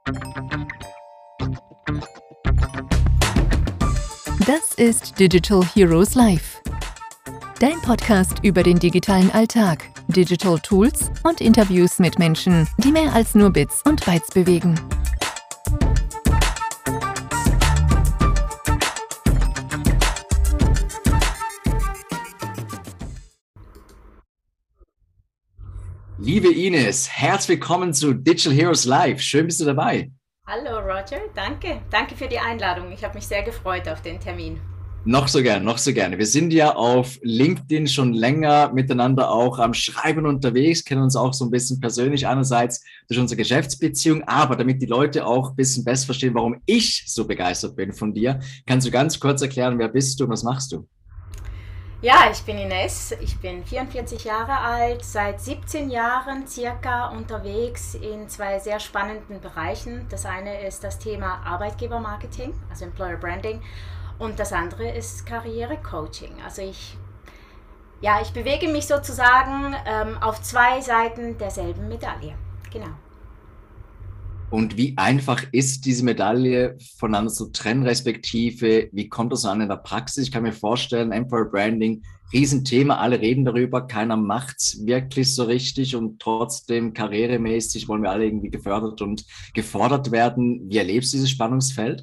Das ist Digital Heroes Live, dein Podcast über den digitalen Alltag, Digital Tools und Interviews mit Menschen, die mehr als nur Bits und Bytes bewegen. Liebe Ines, herzlich willkommen zu Digital Heroes Live. Schön, bist du dabei. Hallo Roger, danke. Danke für die Einladung. Ich habe mich sehr gefreut auf den Termin. Noch so gerne, noch so gerne. Wir sind ja auf LinkedIn schon länger miteinander auch am Schreiben unterwegs, kennen uns auch so ein bisschen persönlich einerseits durch unsere Geschäftsbeziehung, aber damit die Leute auch ein bisschen besser verstehen, warum ich so begeistert bin von dir, kannst du ganz kurz erklären, wer bist du und was machst du? Ja, ich bin Ines, ich bin 44 Jahre alt, seit 17 Jahren circa unterwegs in zwei sehr spannenden Bereichen. Das eine ist das Thema Arbeitgebermarketing, also Employer Branding, und das andere ist Karrierecoaching. Also ich bewege mich sozusagen auf zwei Seiten derselben Medaille. Genau. Und wie einfach ist diese Medaille voneinander zu trennen, respektive wie kommt das an in der Praxis? Ich kann mir vorstellen, Employer Branding, Riesenthema, alle reden darüber, keiner macht's wirklich so richtig und trotzdem karrieremäßig wollen wir alle irgendwie gefördert und gefordert werden. Wie erlebst du dieses Spannungsfeld?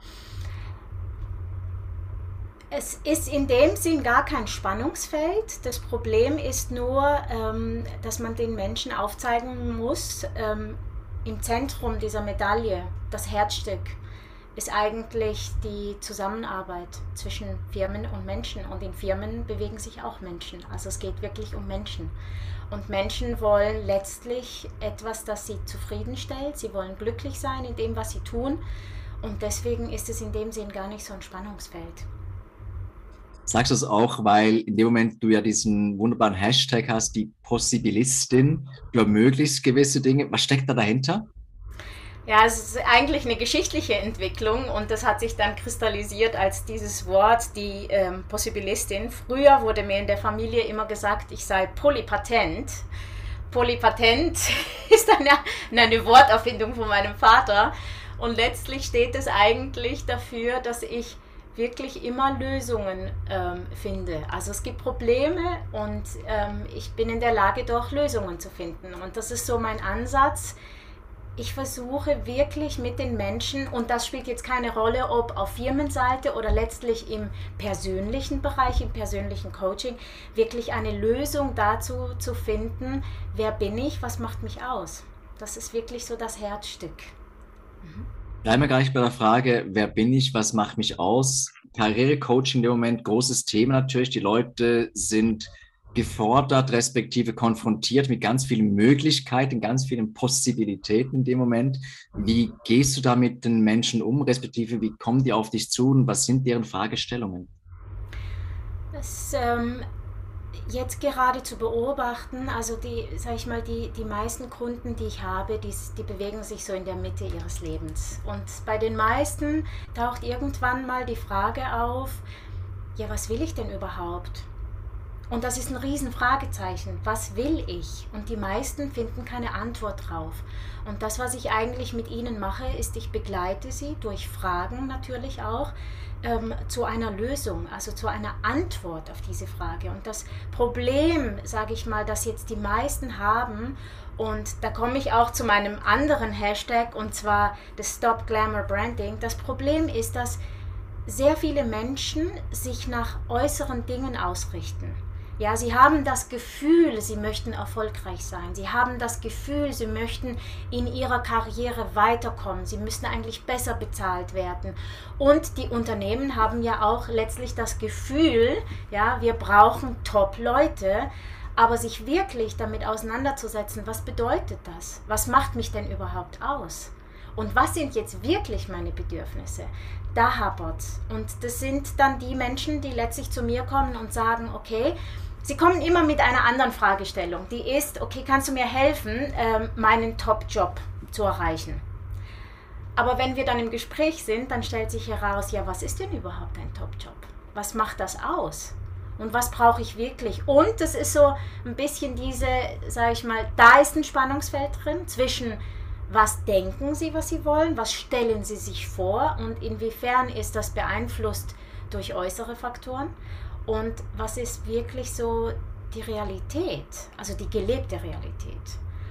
Es ist in dem Sinn gar kein Spannungsfeld. Das Problem ist nur, dass man den Menschen aufzeigen muss, im Zentrum dieser Medaille, das Herzstück, ist eigentlich die Zusammenarbeit zwischen Firmen und Menschen. Und in Firmen bewegen sich auch Menschen. Also es geht wirklich um Menschen. Und Menschen wollen letztlich etwas, das sie zufriedenstellt. Sie wollen glücklich sein in dem, was sie tun. Und deswegen ist es in dem Sinn gar nicht so ein Spannungsfeld. Sagst du es auch, weil in dem Moment du ja diesen wunderbaren Hashtag hast, die Possibilistin, du ermöglichst gewisse Dinge. Was steckt da dahinter? Ja, es ist eigentlich eine geschichtliche Entwicklung und das hat sich dann kristallisiert als dieses Wort, die Possibilistin. Früher wurde mir in der Familie immer gesagt, ich sei polypatent. Polypatent ist eine Worterfindung von meinem Vater und letztlich steht es eigentlich dafür, dass ich wirklich immer Lösungen finde. Also es gibt Probleme und ich bin in der Lage, doch Lösungen zu finden. Und das ist so mein Ansatz. Ich versuche wirklich mit den Menschen, und das spielt jetzt keine Rolle, ob auf Firmenseite oder letztlich im persönlichen Bereich, im persönlichen Coaching, wirklich eine Lösung dazu zu finden, wer bin ich, was macht mich aus. Das ist wirklich so das Herzstück. Bleiben wir gleich bei der Frage, wer bin ich, was macht mich aus? Karrierecoaching in dem Moment, großes Thema natürlich. Die Leute sind gefordert, respektive konfrontiert mit ganz vielen Möglichkeiten, ganz vielen Possibilitäten in dem Moment. Wie gehst du da mit den Menschen um, respektive wie kommen die auf dich zu und was sind deren Fragestellungen? Das jetzt gerade zu beobachten, also die meisten Kunden, die ich habe, die bewegen sich so in der Mitte ihres Lebens. Und bei den meisten taucht irgendwann mal die Frage auf, ja, was will ich denn überhaupt? Und das ist ein Riesenfragezeichen. Was will ich? Und die meisten finden keine Antwort drauf. Und das, was ich eigentlich mit ihnen mache, ist, ich begleite sie durch Fragen natürlich auch, zu einer Lösung, also zu einer Antwort auf diese Frage. Und das Problem, sage ich mal, das jetzt die meisten haben, und da komme ich auch zu meinem anderen Hashtag, und zwar das Stop Glamour Branding. Das Problem ist, dass sehr viele Menschen sich nach äußeren Dingen ausrichten. Ja, sie haben das Gefühl, sie möchten erfolgreich sein. Sie haben das Gefühl, sie möchten in ihrer Karriere weiterkommen. Sie müssen eigentlich besser bezahlt werden. Und die Unternehmen haben ja auch letztlich das Gefühl, ja, wir brauchen Top-Leute. Aber sich wirklich damit auseinanderzusetzen, was bedeutet das? Was macht mich denn überhaupt aus? Und was sind jetzt wirklich meine Bedürfnisse? Da hapert's. Und das sind dann die Menschen, die letztlich zu mir kommen und sagen, okay, sie kommen immer mit einer anderen Fragestellung. Die ist, okay, kannst du mir helfen, meinen Top-Job zu erreichen? Aber wenn wir dann im Gespräch sind, dann stellt sich heraus, ja, was ist denn überhaupt ein Top-Job? Was macht das aus? Und was brauche ich wirklich? Und das ist so ein bisschen diese, sage ich mal, da ist ein Spannungsfeld drin zwischen Was denken Sie, was Sie wollen? Was stellen Sie sich vor? Und inwiefern ist das beeinflusst durch äußere Faktoren? Und was ist wirklich so die Realität, also die gelebte Realität?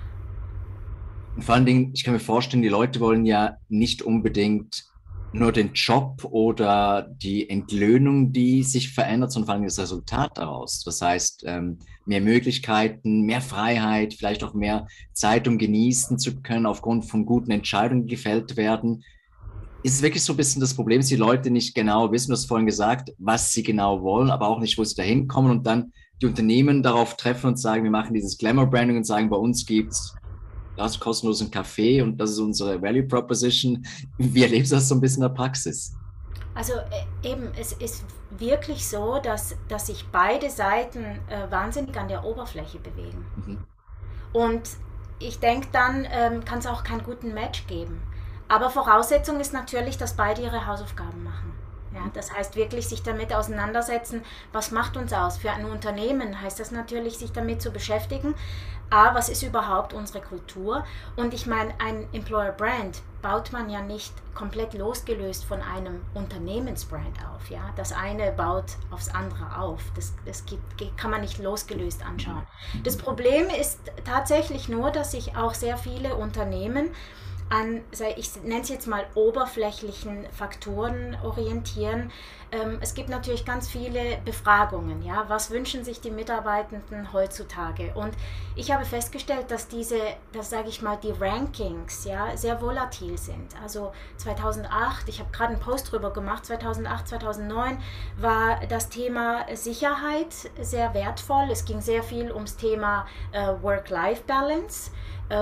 Und vor allen Dingen, ich kann mir vorstellen, die Leute wollen ja nicht unbedingt nur den Job oder die Entlöhnung, die sich verändert, sondern vor allem das Resultat daraus. Das heißt, mehr Möglichkeiten, mehr Freiheit, vielleicht auch mehr Zeit, um genießen zu können, aufgrund von guten Entscheidungen, die gefällt werden. Ist es wirklich so ein bisschen das Problem, dass die Leute nicht genau wissen, du hast vorhin gesagt, was sie genau wollen, aber auch nicht, wo sie da hinkommen und dann die Unternehmen darauf treffen und sagen, wir machen dieses Glamour-Branding und sagen, bei uns gibt es das kostenlosen Kaffee und das ist unsere Value Proposition. Wie erlebst du das so ein bisschen in der Praxis? Also eben, es ist wirklich so, dass sich beide Seiten wahnsinnig an der Oberfläche bewegen. Mhm. Und ich denke, dann kann es auch keinen guten Match geben. Aber Voraussetzung ist natürlich, dass beide ihre Hausaufgaben machen. Ja, das heißt wirklich sich damit auseinandersetzen, was macht uns aus. Für ein Unternehmen heißt das natürlich, sich damit zu beschäftigen, was ist überhaupt unsere Kultur? Und ich meine, ein Employer Brand baut man ja nicht komplett losgelöst von einem Unternehmensbrand auf. Ja? Das eine baut aufs andere auf. Das kann man nicht losgelöst anschauen. Das Problem ist tatsächlich nur, dass sich auch sehr viele Unternehmen an, ich nenne es jetzt mal, oberflächlichen Faktoren orientieren. Es gibt natürlich ganz viele Befragungen. Ja? Was wünschen sich die Mitarbeitenden heutzutage? Und ich habe festgestellt, dass die Rankings ja, sehr volatil sind. Also 2008, ich habe gerade einen Post drüber gemacht, 2008, 2009 war das Thema Sicherheit sehr wertvoll. Es ging sehr viel ums Thema Work-Life-Balance.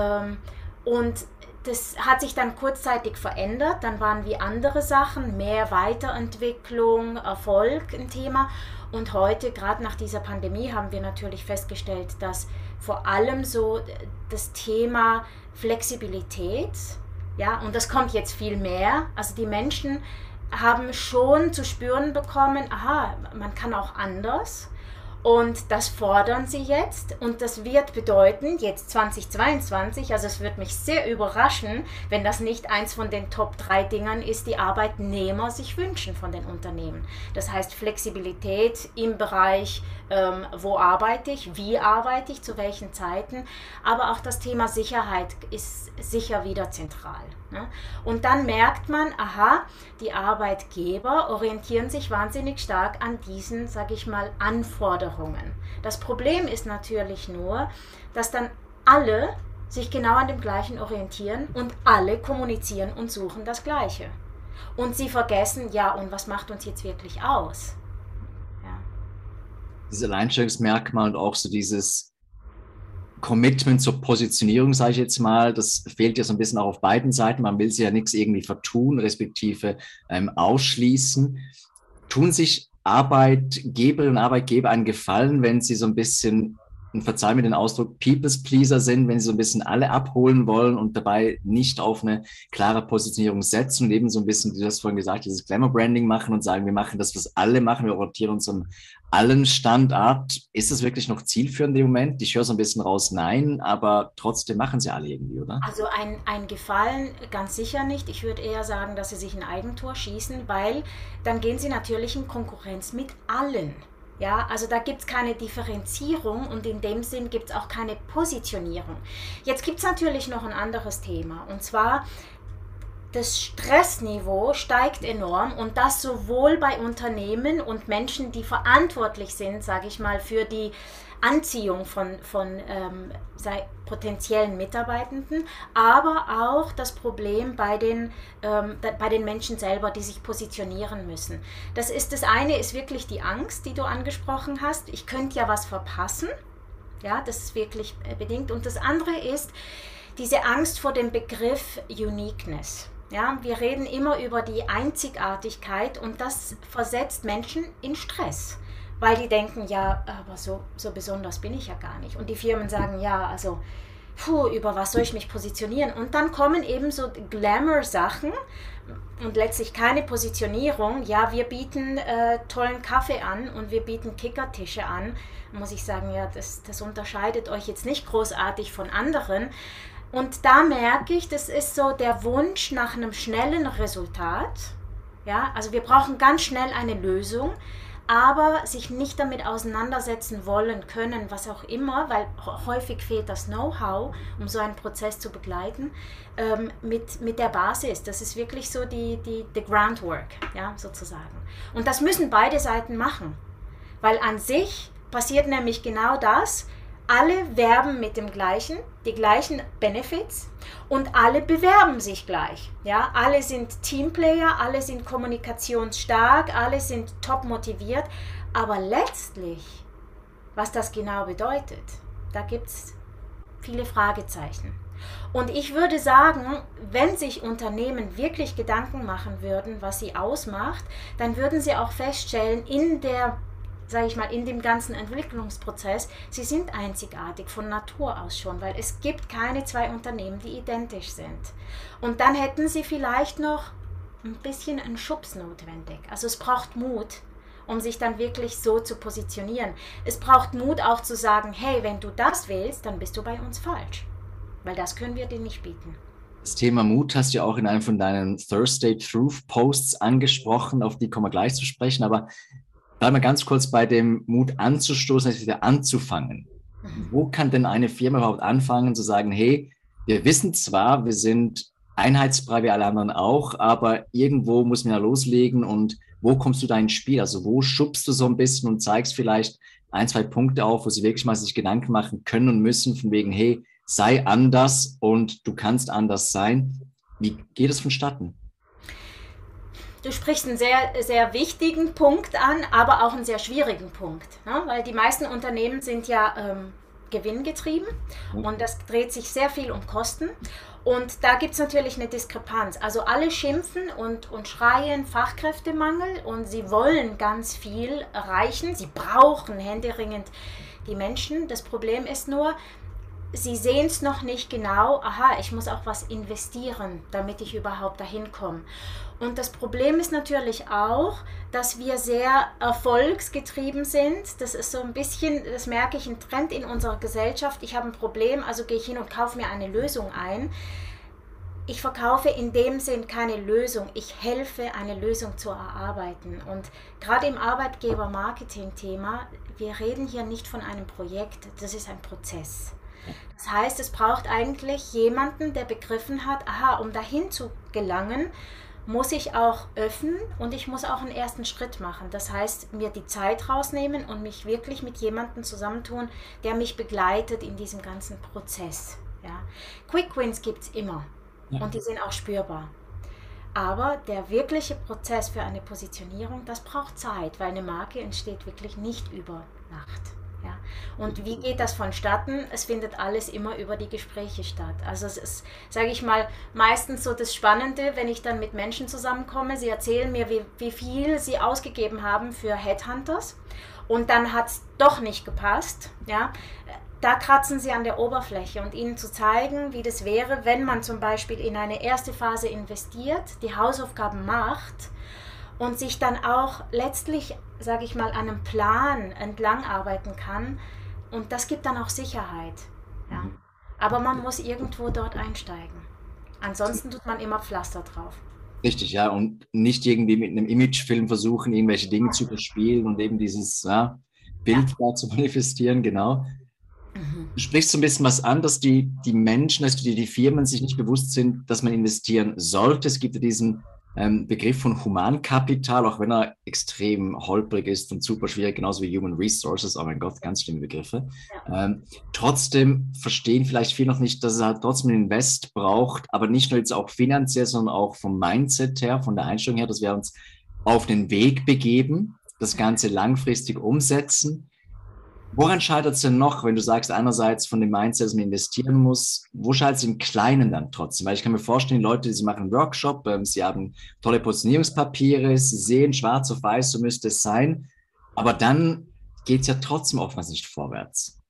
Und das hat sich dann kurzzeitig verändert, dann waren wie andere Sachen, mehr Weiterentwicklung, Erfolg ein Thema. Und heute, gerade nach dieser Pandemie, haben wir natürlich festgestellt, dass vor allem so das Thema Flexibilität, ja, und das kommt jetzt viel mehr, also die Menschen haben schon zu spüren bekommen, aha, man kann auch anders. Und das fordern sie jetzt und das wird bedeuten, jetzt 2022, also es wird mich sehr überraschen, wenn das nicht eins von den Top 3 Dingern ist, die Arbeitnehmer sich wünschen von den Unternehmen. Das heißt Flexibilität im Bereich, wo arbeite ich, wie arbeite ich, zu welchen Zeiten, aber auch das Thema Sicherheit ist sicher wieder zentral. Ne? Und dann merkt man, aha, die Arbeitgeber orientieren sich wahnsinnig stark an diesen, sage ich mal, Anforderungen. Das Problem ist natürlich nur, dass dann alle sich genau an dem Gleichen orientieren und alle kommunizieren und suchen das Gleiche. Und sie vergessen, ja, und was macht uns jetzt wirklich aus? Ja. Dieses Alleinstellungsmerkmal und auch so dieses Commitment zur Positionierung, sage ich jetzt mal, das fehlt ja so ein bisschen auch auf beiden Seiten. Man will sich ja nichts irgendwie vertun, respektive ausschließen. Tun sich Arbeitgeberinnen und Arbeitgeber einen Gefallen, wenn sie so ein bisschen, und verzeih mir den Ausdruck, People's Pleaser sind, wenn sie so ein bisschen alle abholen wollen und dabei nicht auf eine klare Positionierung setzen und eben so ein bisschen, wie du hast vorhin gesagt, dieses Glamour-Branding machen und sagen, wir machen das, was alle machen, wir orientieren uns an allen Standard. Ist das wirklich noch zielführend im Moment? Ich höre so ein bisschen raus, nein, aber trotzdem machen sie alle irgendwie, oder? Also ein Gefallen ganz sicher nicht. Ich würde eher sagen, dass sie sich ein Eigentor schießen, weil dann gehen sie natürlich in Konkurrenz mit allen. Ja, also da gibt es keine Differenzierung und in dem Sinn gibt es auch keine Positionierung. Jetzt gibt es natürlich noch ein anderes Thema und zwar das Stressniveau steigt enorm und das sowohl bei Unternehmen und Menschen, die verantwortlich sind, sage ich mal, für die Anziehung von potenziellen Mitarbeitenden, aber auch das Problem bei den Menschen selber, die sich positionieren müssen. Das eine ist wirklich die Angst, die du angesprochen hast. Ich könnte ja was verpassen. Ja, das ist wirklich bedingt. Und das andere ist diese Angst vor dem Begriff Uniqueness. Ja, wir reden immer über die Einzigartigkeit und das versetzt Menschen in Stress. Weil die denken, ja, aber so besonders bin ich ja gar nicht. Und die Firmen sagen, ja, also, über was soll ich mich positionieren? Und dann kommen eben so Glamour-Sachen und letztlich keine Positionierung. Ja, wir bieten tollen Kaffee an und wir bieten Kickertische an. Muss ich sagen, ja, das unterscheidet euch jetzt nicht großartig von anderen. Und da merke ich, das ist so der Wunsch nach einem schnellen Resultat. Ja, also wir brauchen ganz schnell eine Lösung, aber sich nicht damit auseinandersetzen wollen können, was auch immer, weil häufig fehlt das Know-how, um so einen Prozess zu begleiten, mit der Basis. Das ist wirklich so die Groundwork, ja, sozusagen. Und das müssen beide Seiten machen, weil an sich passiert nämlich genau das. Alle werben mit dem gleichen, die gleichen Benefits und alle bewerben sich gleich. Ja? Alle sind Teamplayer, alle sind kommunikationsstark, alle sind top motiviert. Aber letztlich, was das genau bedeutet, da gibt es viele Fragezeichen. Und ich würde sagen, wenn sich Unternehmen wirklich Gedanken machen würden, was sie ausmacht, dann würden sie auch feststellen, in dem ganzen Entwicklungsprozess, sie sind einzigartig von Natur aus schon, weil es gibt keine zwei Unternehmen, die identisch sind. Und dann hätten sie vielleicht noch ein bisschen einen Schubs notwendig. Also es braucht Mut, um sich dann wirklich so zu positionieren. Es braucht Mut auch zu sagen, hey, wenn du das willst, dann bist du bei uns falsch, weil das können wir dir nicht bieten. Das Thema Mut hast du ja auch in einem von deinen Thursday Truth Posts angesprochen, auf die kommen wir gleich zu sprechen, aber bleib mal ganz kurz bei dem Mut anzustoßen, also wieder anzufangen. Wo kann denn eine Firma überhaupt anfangen zu sagen, hey, wir wissen zwar, wir sind einheitsbrei wie alle anderen auch, aber irgendwo muss man ja loslegen und wo kommst du da ins Spiel? Also wo schubst du so ein bisschen und zeigst vielleicht 1, 2 Punkte auf, wo sie wirklich mal sich Gedanken machen können und müssen von wegen, hey, sei anders und du kannst anders sein. Wie geht es vonstatten? Du sprichst einen sehr, sehr wichtigen Punkt an, aber auch einen sehr schwierigen Punkt, ne? Weil die meisten Unternehmen sind ja gewinngetrieben und das dreht sich sehr viel um Kosten. Und da gibt es natürlich eine Diskrepanz. Also alle schimpfen und schreien Fachkräftemangel und sie wollen ganz viel erreichen. Sie brauchen händeringend die Menschen. Das Problem ist nur, sie sehen es noch nicht genau. Aha, ich muss auch was investieren, damit ich überhaupt dahin komme. Und das Problem ist natürlich auch, dass wir sehr erfolgsgetrieben sind. Das ist so ein bisschen, das merke ich, ein Trend in unserer Gesellschaft. Ich habe ein Problem, also gehe ich hin und kaufe mir eine Lösung ein. Ich verkaufe in dem Sinn keine Lösung. Ich helfe, eine Lösung zu erarbeiten. Und gerade im Arbeitgeber-Marketing-Thema, wir reden hier nicht von einem Projekt, das ist ein Prozess. Das heißt, es braucht eigentlich jemanden, der begriffen hat, aha, um dahin zu gelangen, muss ich auch öffnen und ich muss auch einen ersten Schritt machen. Das heißt, mir die Zeit rausnehmen und mich wirklich mit jemandem zusammentun, der mich begleitet in diesem ganzen Prozess. Ja. Quick Wins gibt es immer und die sind auch spürbar. Aber der wirkliche Prozess für eine Positionierung, das braucht Zeit, weil eine Marke entsteht wirklich nicht über Nacht. Ja. Und wie geht das vonstatten? Es findet alles immer über die Gespräche statt. Also es ist, sage ich mal, meistens so das Spannende, wenn ich dann mit Menschen zusammenkomme. Sie erzählen mir, wie viel sie ausgegeben haben für Headhunters und dann hat es doch nicht gepasst. Ja. Da kratzen sie an der Oberfläche und ihnen zu zeigen, wie das wäre, wenn man zum Beispiel in eine erste Phase investiert, die Hausaufgaben macht und sich dann auch letztlich, sage ich mal, an einem Plan entlang arbeiten kann. Und das gibt dann auch Sicherheit. Ja. Aber man muss irgendwo dort einsteigen. Ansonsten tut man immer Pflaster drauf. Richtig, ja. Und nicht irgendwie mit einem Imagefilm versuchen, irgendwelche Dinge zu überspielen und eben dieses Bild da zu manifestieren, genau. Du sprichst so ein bisschen was an, dass die Menschen, dass die Firmen sich nicht bewusst sind, dass man investieren sollte. Es gibt ja diesen Begriff von Humankapital, auch wenn er extrem holprig ist und super schwierig, genauso wie Human Resources, oh mein Gott, ganz schlimme Begriffe. Ja. Trotzdem verstehen vielleicht viele noch nicht, dass es halt trotzdem einen Invest braucht, aber nicht nur jetzt auch finanziell, sondern auch vom Mindset her, von der Einstellung her, dass wir uns auf den Weg begeben, das Ganze langfristig umsetzen. Woran scheitert es denn noch, wenn du sagst, einerseits von dem Mindset, dass man investieren muss, wo scheitert es im Kleinen dann trotzdem? Weil ich kann mir vorstellen, die Leute, sie machen einen Workshop, sie haben tolle Positionierungspapiere, sie sehen schwarz auf weiß, so müsste es sein, aber dann geht es ja trotzdem oftmals nicht vorwärts.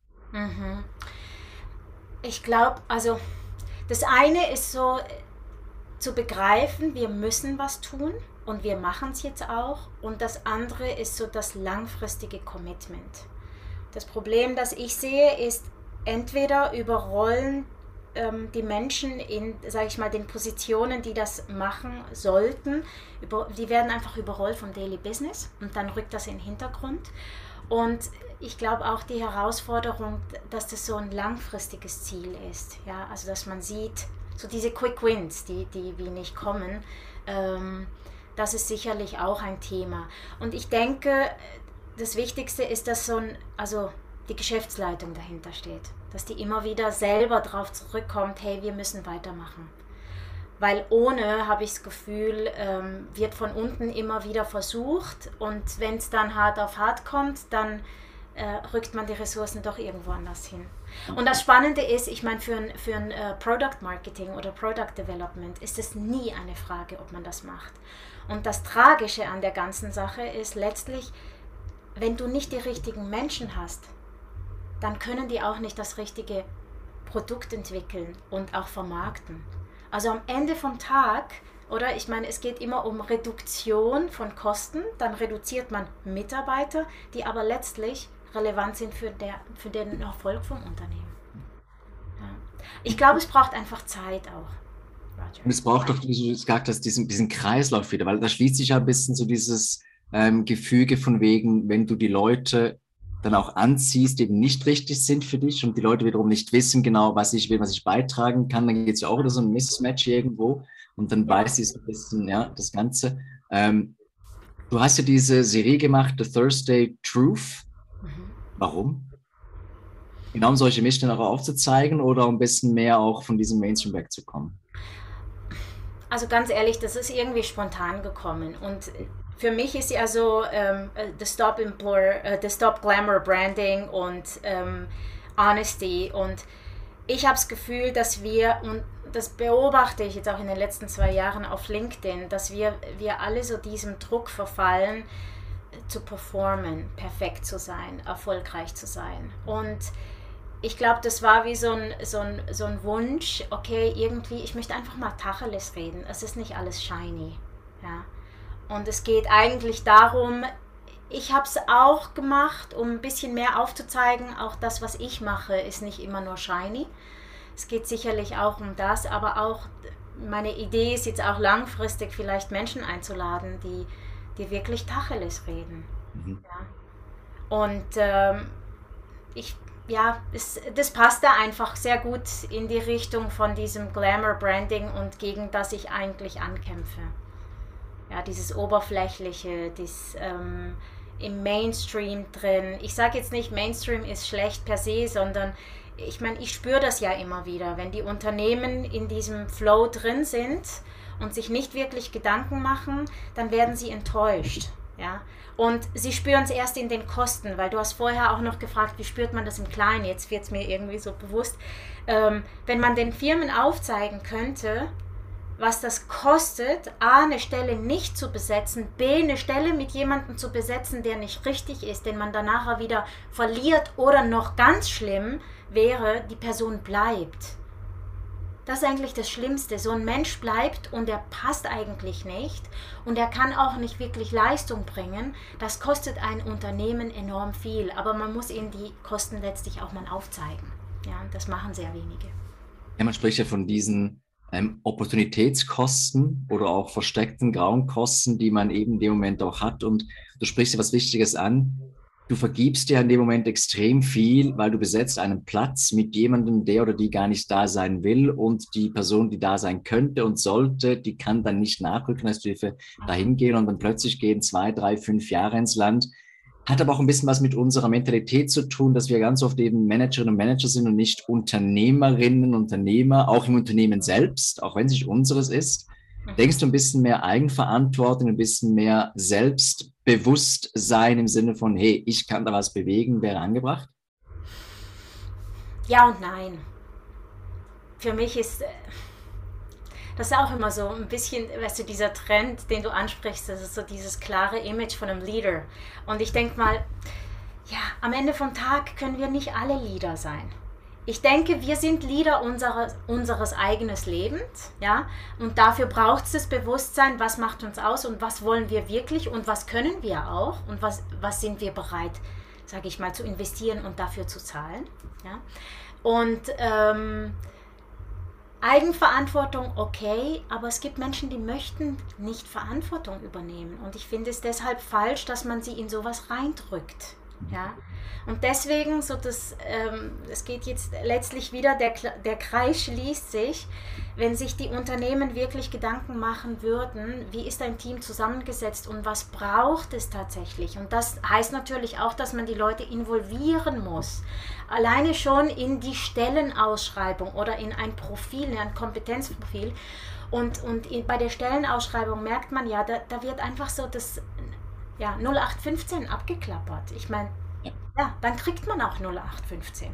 Ich glaube, also das eine ist so zu begreifen, wir müssen was tun und wir machen es jetzt auch, und das andere ist so das langfristige Commitment. Das Problem, das ich sehe, ist, entweder überrollen die Menschen in, sage ich mal, den Positionen, die das machen sollten, die werden einfach überrollt vom Daily Business und dann rückt das in den Hintergrund. Und ich glaube auch die Herausforderung, dass das so ein langfristiges Ziel ist. Ja? Also dass man sieht, so diese Quick Wins, die wie nicht kommen, das ist sicherlich auch ein Thema. Und ich denke, das Wichtigste ist, dass also die Geschäftsleitung dahinter steht. Dass die immer wieder selber drauf zurückkommt, hey, wir müssen weitermachen. Weil ohne, habe ich das Gefühl, wird von unten immer wieder versucht und wenn es dann hart auf hart kommt, dann rückt man die Ressourcen doch irgendwo anders hin. Und das Spannende ist, ich meine, für ein Product Marketing oder Product Development ist es nie eine Frage, ob man das macht. Und das Tragische an der ganzen Sache ist letztlich, wenn du nicht die richtigen Menschen hast, dann können die auch nicht das richtige Produkt entwickeln und auch vermarkten. Also am Ende vom Tag, oder ich meine, es geht immer um Reduktion von Kosten, dann reduziert man Mitarbeiter, die aber letztlich relevant sind für den Erfolg vom Unternehmen. Ja. Ich glaube, es braucht einfach Zeit auch, Roger. Und es braucht doch, wie du gesagt hast, diesen Kreislauf wieder, weil da schließt sich ja ein bisschen so dieses Gefüge von wegen, wenn du die Leute dann auch anziehst, die eben nicht richtig sind für dich und die Leute wiederum nicht wissen genau, was ich will, was ich beitragen kann, dann geht es ja auch wieder so ein Mismatch irgendwo und dann weiß ich so ein bisschen, ja, das Ganze. Du hast ja diese Serie gemacht, The Thursday Truth. Warum? Genau um solche Missstände auch aufzuzeigen oder um ein bisschen mehr auch von diesem Mainstream wegzukommen? Also ganz ehrlich, das ist irgendwie spontan gekommen und für mich ist ja so the Stop Glamour Branding und Honesty und ich habe das Gefühl, dass wir, und das beobachte ich jetzt auch in den letzten 2 Jahren auf LinkedIn, dass wir alle so diesem Druck verfallen, zu performen, perfekt zu sein, erfolgreich zu sein. Und ich glaube, das war wie so ein Wunsch, okay, irgendwie, ich möchte einfach mal Tacheles reden. Es ist nicht alles shiny. Ja. Und es geht eigentlich darum, ich habe es auch gemacht, um ein bisschen mehr aufzuzeigen, auch das, was ich mache, ist nicht immer nur shiny. Es geht sicherlich auch um das, aber auch meine Idee ist jetzt auch langfristig vielleicht Menschen einzuladen, die wirklich Tacheles reden. Mhm. Ja. Und das passt da einfach sehr gut in die Richtung von diesem Glamour-Branding und gegen das ich eigentlich ankämpfe. Ja, dieses Oberflächliche, das im Mainstream drin. Ich sage jetzt nicht, Mainstream ist schlecht per se, sondern ich meine, ich spüre das ja immer wieder, wenn die Unternehmen in diesem Flow drin sind und sich nicht wirklich Gedanken machen, dann werden sie enttäuscht. Ja? Und sie spüren es erst in den Kosten, weil du hast vorher auch noch gefragt, wie spürt man das im Kleinen, jetzt wird es mir irgendwie so bewusst. Wenn man den Firmen aufzeigen könnte, was das kostet, A, eine Stelle nicht zu besetzen, B, eine Stelle mit jemandem zu besetzen, der nicht richtig ist, den man danach wieder verliert oder noch ganz schlimm wäre, die Person bleibt. Das ist eigentlich das Schlimmste. So ein Mensch bleibt und der passt eigentlich nicht und er kann auch nicht wirklich Leistung bringen. Das kostet ein Unternehmen enorm viel, aber man muss ihnen die Kosten letztlich auch mal aufzeigen. Ja, das machen sehr wenige. Ja, man spricht ja von diesen Opportunitätskosten oder auch versteckten grauen Kosten, die man eben in dem Moment auch hat. Und du sprichst ja was Wichtiges an. Du vergibst dir in dem Moment extrem viel, weil du besetzt einen Platz mit jemandem, der oder die gar nicht da sein will und die Person, die da sein könnte und sollte, die kann dann nicht nachrücken, respektive dahin gehen und dann plötzlich gehen 2, 3, 5 Jahre ins Land. Hat aber auch ein bisschen was mit unserer Mentalität zu tun, dass wir ganz oft eben Managerinnen und Manager sind und nicht Unternehmerinnen und Unternehmer, auch im Unternehmen selbst, auch wenn es nicht unseres ist. Denkst du ein bisschen mehr Eigenverantwortung, ein bisschen mehr Selbstbewusstsein im Sinne von, hey, ich kann da was bewegen, wäre angebracht? Ja und nein. Für mich ist das ist auch immer so ein bisschen, weißt du, dieser Trend, den du ansprichst, das ist so dieses klare Image von einem Leader. Und ich denke mal, ja, am Ende vom Tag können wir nicht alle Leader sein. Ich denke, wir sind Leader unseres eigenen Lebens, ja, und dafür braucht es das Bewusstsein, was macht uns aus und was wollen wir wirklich und was können wir auch und was sind wir bereit, sage ich mal, zu investieren und dafür zu zahlen, ja. Und Eigenverantwortung, okay, aber es gibt Menschen, die möchten nicht Verantwortung übernehmen. Und ich finde es deshalb falsch, dass man sie in sowas reindrückt. Ja? Und deswegen, es geht jetzt letztlich wieder, der Kreis schließt sich, wenn sich die Unternehmen wirklich Gedanken machen würden, wie ist ein Team zusammengesetzt und was braucht es tatsächlich. Und das heißt natürlich auch, dass man die Leute involvieren muss. Alleine schon in die Stellenausschreibung oder in ein Profil, in ein Kompetenzprofil. Und bei der Stellenausschreibung merkt man ja, da wird einfach so das 0815 abgeklappert. Ich meine, ja, dann kriegt man auch 0815.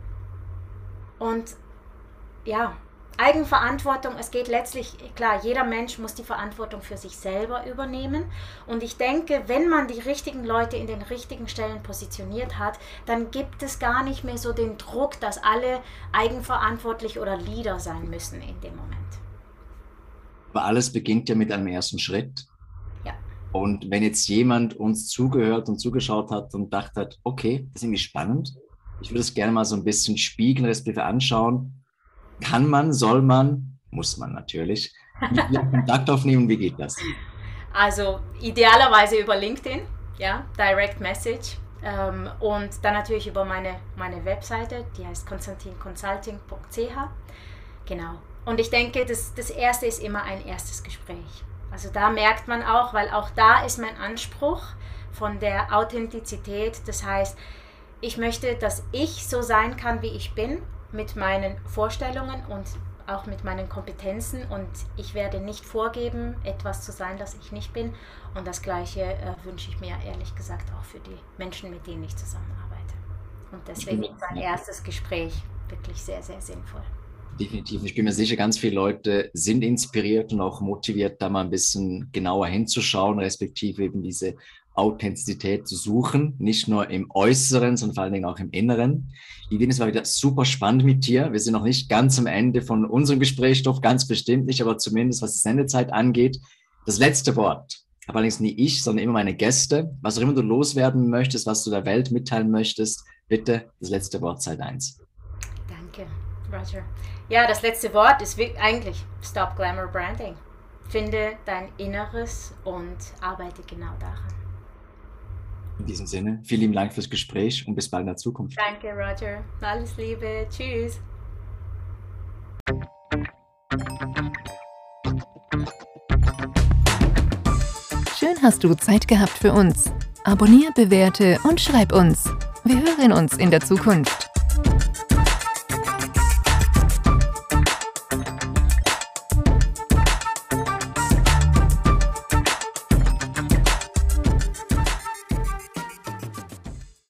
Und ja, Eigenverantwortung, es geht letztlich, klar, jeder Mensch muss die Verantwortung für sich selber übernehmen. Und ich denke, wenn man die richtigen Leute in den richtigen Stellen positioniert hat, dann gibt es gar nicht mehr so den Druck, dass alle eigenverantwortlich oder Leader sein müssen in dem Moment. Aber alles beginnt ja mit einem ersten Schritt. Ja. Und wenn jetzt jemand uns zugehört und zugeschaut hat und gedacht hat, okay, das ist irgendwie spannend, ich würde es gerne mal so ein bisschen spiegeln, respektive anschauen. Kann man, soll man, muss man natürlich, mit mir Kontakt aufnehmen? Wie geht das? Also idealerweise über LinkedIn, ja, Direct Message, und dann natürlich über meine Webseite, die heißt konstantinconsulting.ch. Genau. Und ich denke, das Erste ist immer ein erstes Gespräch. Also da merkt man auch, weil auch da ist mein Anspruch von der Authentizität. Das heißt, ich möchte, dass ich so sein kann, wie ich bin, mit meinen Vorstellungen und auch mit meinen Kompetenzen, und ich werde nicht vorgeben, etwas zu sein, das ich nicht bin, und das Gleiche wünsche ich mir ehrlich gesagt auch für die Menschen, mit denen ich zusammenarbeite. Und deswegen ist ein erstes Gespräch wirklich sehr, sehr sinnvoll. Definitiv. Ich bin mir sicher, ganz viele Leute sind inspiriert und auch motiviert, da mal ein bisschen genauer hinzuschauen, respektive eben diese Authentizität zu suchen, nicht nur im Äußeren, sondern vor allen Dingen auch im Inneren. Ivine, es war wieder super spannend mit dir. Wir sind noch nicht ganz am Ende von unserem Gesprächsstoff, ganz bestimmt nicht, aber zumindest was die Sendezeit angeht. Das letzte Wort, aber allerdings nie ich, sondern immer meine Gäste. Was auch immer du loswerden möchtest, was du der Welt mitteilen möchtest, bitte, das letzte Wort sei deins. Danke, Roger. Ja, das letzte Wort ist eigentlich Stop Glamour Branding. Finde dein Inneres und arbeite genau daran. In diesem Sinne, vielen lieben Dank fürs Gespräch und bis bald in der Zukunft. Danke, Roger. Alles Liebe. Tschüss. Schön hast du Zeit gehabt für uns. Abonnier, bewerte und schreib uns. Wir hören uns in der Zukunft.